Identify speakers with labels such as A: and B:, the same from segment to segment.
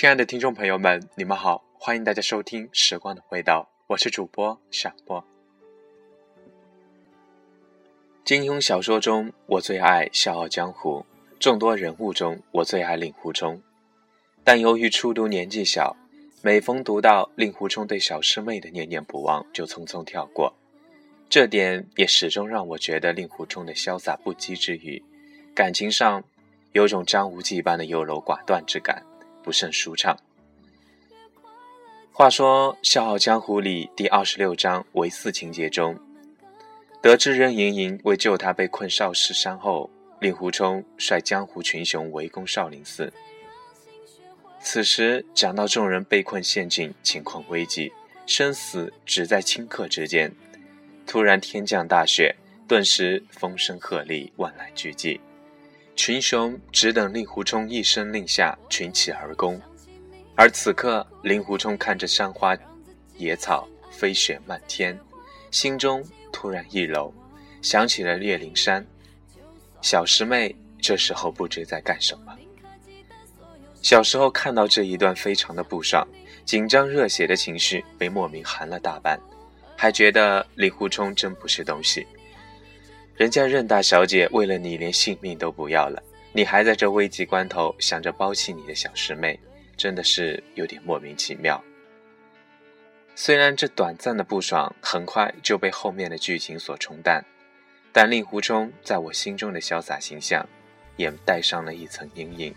A: 亲爱的听众朋友们，你们好，欢迎大家收听时光的味道，我是主播小波。金庸小说中我最爱笑傲江湖，众多人物中我最爱令狐冲，但由于初读年纪小，每逢读到令狐冲对小师妹的念念不忘就匆匆跳过，这点也始终让我觉得令狐冲的潇洒不羁之余，感情上有种张无忌般的优柔寡断之感，不甚舒畅。话说笑傲江湖里第26章唯4情节中，得知任盈盈为救他被困少室山后，令狐冲率江湖群雄围攻少林寺。此时讲到众人被困陷境，情况危急，生死只在顷刻之间，突然天降大雪，顿时风声鹤唳，万籁俱寂，群雄只等令狐冲一声令下，群起而攻。而此刻令狐冲看着山花野草飞雪漫天，心中突然一柔，想起了岳灵珊。小师妹这时候不知在干什么。小时候看到这一段非常的不爽，紧张热血的情绪被莫名寒了大半，还觉得令狐冲真不是东西。人家任大小姐为了你连性命都不要了，你还在这危急关头想着抛弃你的小师妹，真的是有点莫名其妙。虽然这短暂的不爽很快就被后面的剧情所冲淡，但令狐冲在我心中的潇洒形象也带上了一层阴影。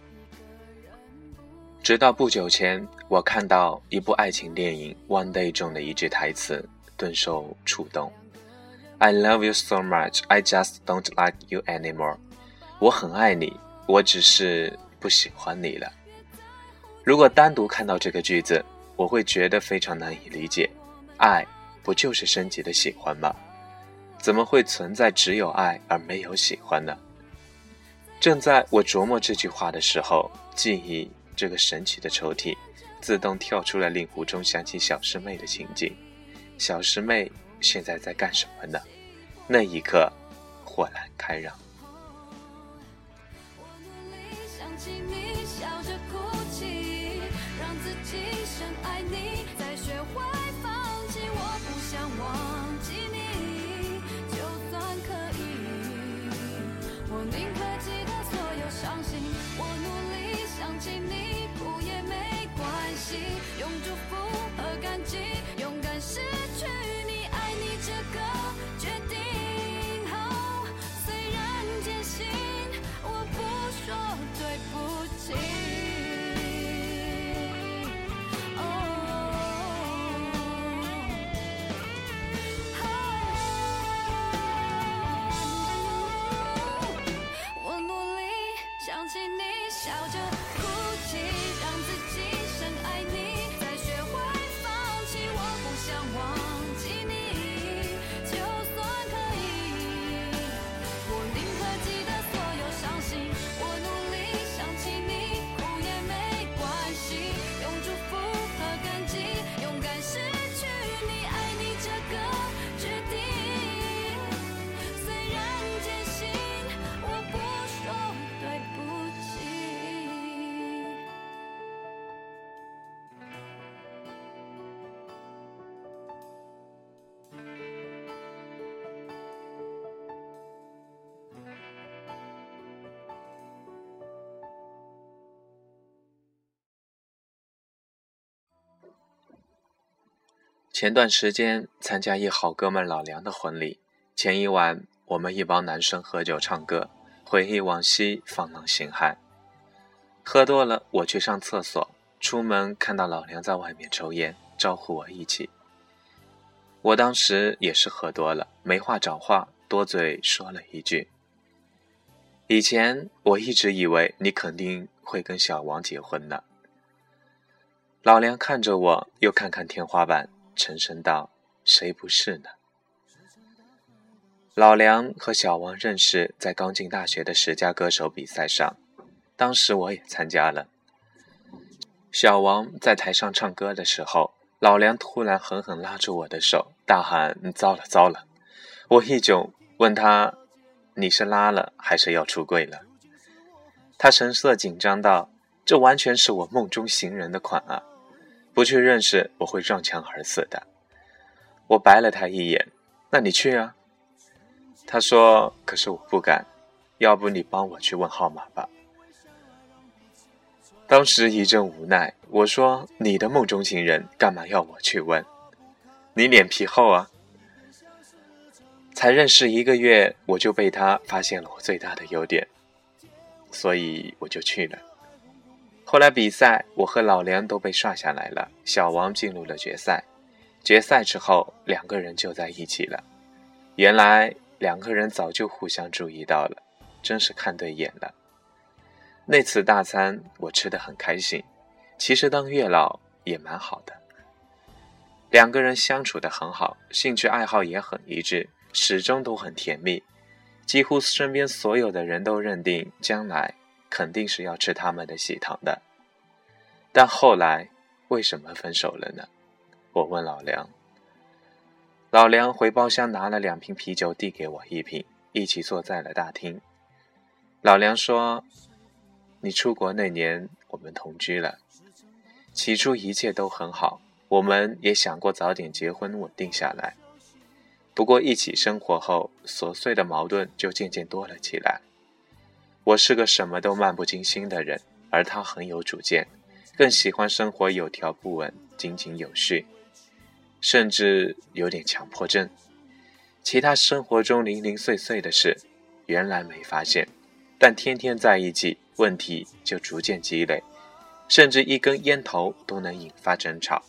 A: 直到不久前，我看到一部爱情电影《One Day》中的一句台词，顿受触动。I love you so much, I just don't like you anymore. 我很爱你，我只是不喜欢你了。如果单独看到这个句子，我会觉得非常难以理解。爱不就是升级的喜欢吗？怎么会存在只有爱而没有喜欢呢？正在我琢磨这句话的时候，记忆这个神奇的抽屉自动跳出了令狐冲想起小师妹的情景。小师妹现在在干什么呢？那一刻豁然开朗。
B: 用祝福和感激勇敢失去你，爱你这个决定后，虽然艰辛，我不说对不起。我努力想起你，笑着哭泣，让自己深爱你，再学会放弃，我不想忘记你，就算可以，我宁可记得所有伤心，我努力想起你，哭也没关系，用祝福和感激勇敢失去你，爱你这个决定，虽然艰辛，我不说对不起。
A: 前段时间参加一好哥们老梁的婚礼，前一晚我们一帮男生喝酒唱歌，回忆往昔，放浪形骸。喝多了我去上厕所，出门看到老梁在外面抽烟，招呼我一起。我当时也是喝多了，没话找话，多嘴说了一句：以前我一直以为你肯定会跟小王结婚呢。老梁看着我，又看看天花板，沉声道：谁不是呢？老梁和小王认识在刚进大学的10佳歌手比赛上，当时我也参加了。小王在台上唱歌的时候，老梁突然狠狠拉住我的手，大喊：糟了糟了！我一窘，问他：你是拉了还是要出柜了？他神色紧张道： 这完全是我梦中情人的款啊！不去认识，我会撞墙而死的。我白了他一眼，那你去啊。他说，可是我不敢，要不你帮我去问号码吧。当时一阵无奈，我说，你的梦中情人干嘛要我去问？你脸皮厚啊。才认识1个月，我就被他发现了我最大的优点，所以我就去了。后来比赛，我和老梁都被刷下来了，小王进入了决赛。决赛之后，2个人就在一起了。原来2个人早就互相注意到了，真是看对眼了。那次大餐我吃得很开心，其实当月老也蛮好的。2个人相处得很好，兴趣爱好也很一致，始终都很甜蜜。几乎身边所有的人都认定将来肯定是要吃他们的喜糖的。但后来为什么分手了呢？我问老梁。老梁回包厢拿了2瓶啤酒递给我1瓶，一起坐在了大厅。老梁说，你出国那年我们同居了，起初一切都很好，我们也想过早点结婚稳定下来。不过一起生活后，琐碎的矛盾就渐渐多了起来。我是个什么都漫不经心的人，而他很有主见，更喜欢生活有条不紊，井井有序，甚至有点强迫症。其他生活中零零碎碎的事，原来没发现，但天天在一起，问题就逐渐积累，甚至一根烟头都能引发争吵。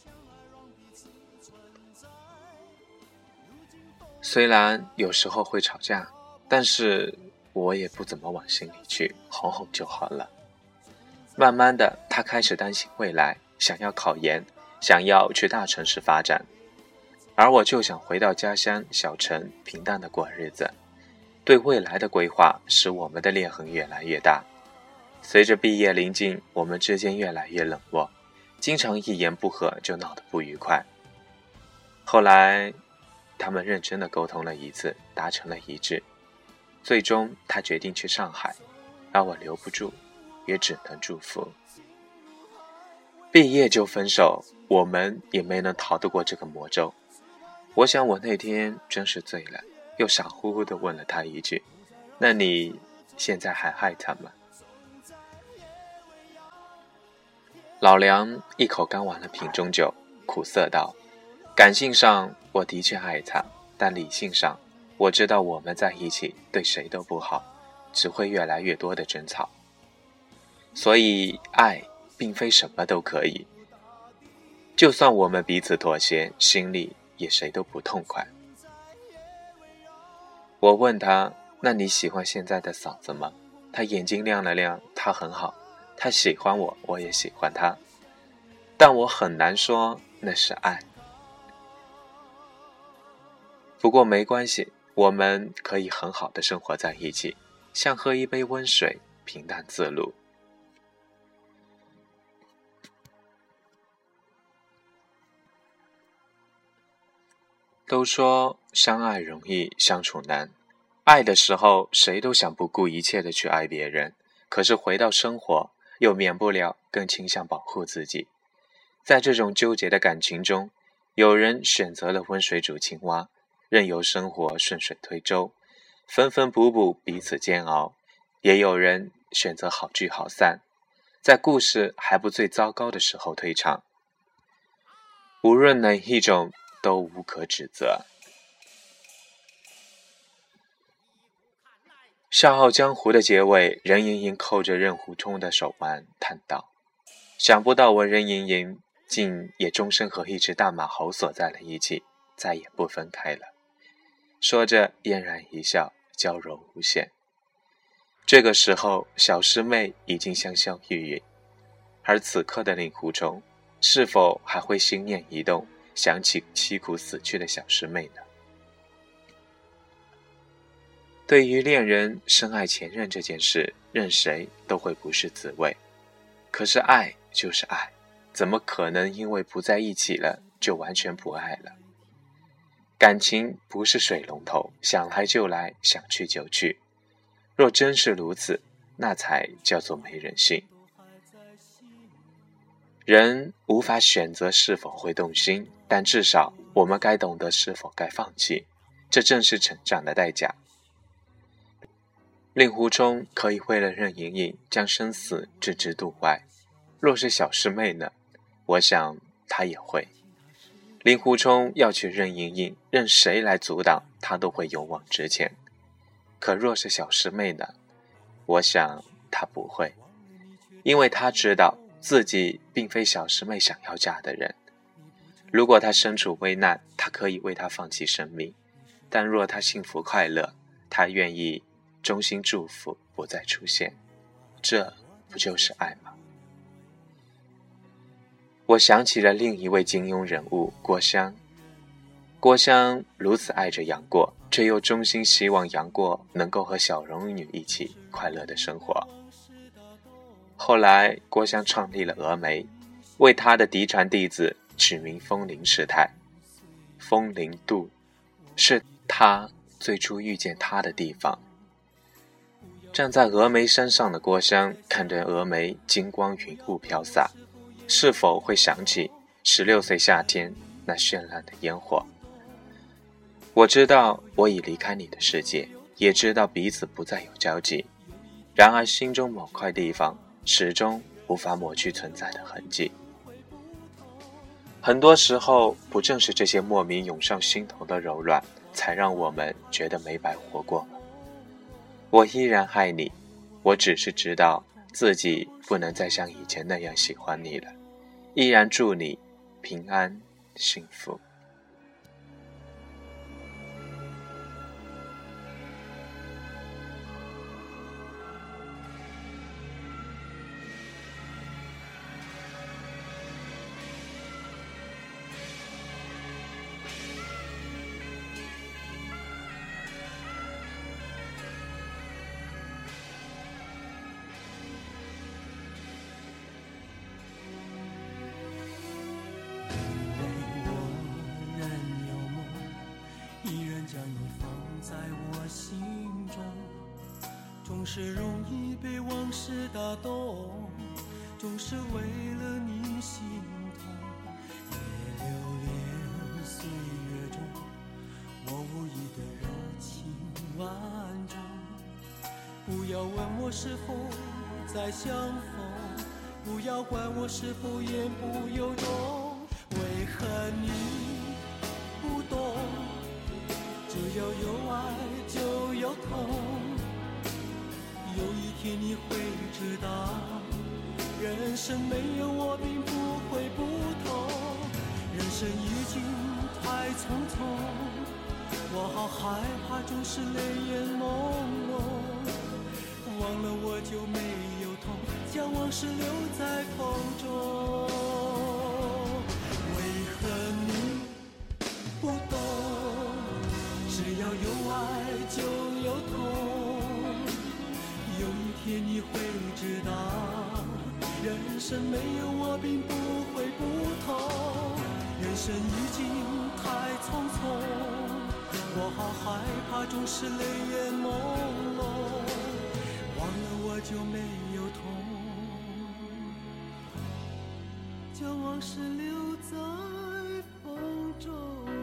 A: 虽然有时候会吵架，但是我也不怎么往心里去，哄哄就好了。慢慢的，他开始担心未来，想要考研，想要去大城市发展，而我就想回到家乡小城，平淡的过日子。对未来的规划使我们的裂痕越来越大。随着毕业临近，我们之间越来越冷漠，经常一言不合就闹得不愉快。后来他们认真的沟通了1次，达成了一致，最终他决定去上海，而我留不住，也只能祝福。毕业就分手，我们也没能逃得过这个魔咒。我想我那天真是醉了，又傻乎乎地问了他一句，那你现在还爱他吗？老梁一口干完了瓶中酒，苦涩道，感性上我的确爱他，但理性上我知道我们在一起对谁都不好，只会越来越多的争吵。所以爱并非什么都可以，就算我们彼此妥协，心里也谁都不痛快。我问他，那你喜欢现在的嗓子吗？他眼睛亮了亮，他很好，他喜欢我，我也喜欢他，但我很难说那是爱。不过没关系，我们可以很好的生活在一起，像喝一杯温水，平淡自如。都说相爱容易相处难，爱的时候谁都想不顾一切的去爱别人，可是回到生活又免不了更倾向保护自己。在这种纠结的感情中，有人选择了温水煮青蛙，任由生活顺水推舟，缝缝补补彼此煎熬，也有人选择好聚好散，在故事还不最糟糕的时候退场。无论哪一种都无可指责。笑傲江湖的结尾，任盈盈扣着任虎冲的手腕叹道，想不到我任盈盈竟也终身和一只大马猴锁在了一起，再也不分开了。说着嫣然一笑，娇柔无限。这个时候小师妹已经香消玉殒，而此刻的令狐冲是否还会心念一动，想起凄苦死去的小师妹呢？对于恋人深爱前任这件事，任谁都会不是滋味。可是爱就是爱，怎么可能因为不在一起了就完全不爱了？感情不是水龙头，想来就来，想去就去。若真是如此，那才叫做没人性。 人无法选择是否会动心，但至少我们该懂得是否该放弃，这正是成长的代价。令狐冲可以为了任盈盈将生死置之度外，若是小师妹呢？我想他也会。令狐冲要娶任盈盈，任谁来阻挡他都会勇往直前。可若是小师妹呢？我想他不会，因为他知道自己并非小师妹想要嫁的人。如果他身处危难，他可以为他放弃生命，但若他幸福快乐，他愿意衷心祝福不再出现。这不就是爱吗？我想起了另一位金庸人物郭襄。郭襄如此爱着杨过，却又衷心希望杨过能够和小龙女一起快乐的生活。后来郭襄创立了峨眉，为他的嫡传弟子取名风铃师太。风铃渡是他最初遇见他的地方。站在峨眉山上的郭襄看着峨眉金光云雾飘洒，是否会想起16岁夏天那绚烂的烟火？我知道我已离开你的世界，也知道彼此不再有交集，然而心中某块地方始终无法抹去存在的痕迹。很多时候，不正是这些莫名涌上心头的柔软，才让我们觉得没白活过吗？我依然爱你，我只是知道自己不能再像以前那样喜欢你了。依然祝你平安幸福。
C: 总是容易被往事打动，总是为了你心痛，也留恋岁月中我无意的柔情万种。不要问我是否再相逢，不要管我是否言不由衷，为何你不懂？只要有爱就有痛，有一天你会知道，人生没有我并不会不同，人生已经太匆匆，我好害怕总是泪眼朦胧，忘了我就没有痛，将往事留在风中。为何你不懂？只要有爱就有痛，有一天你会知道，人生没有我并不会不同，人生已经太匆匆，我好害怕总是泪眼朦胧，忘了我就没有痛，将往事留在风中。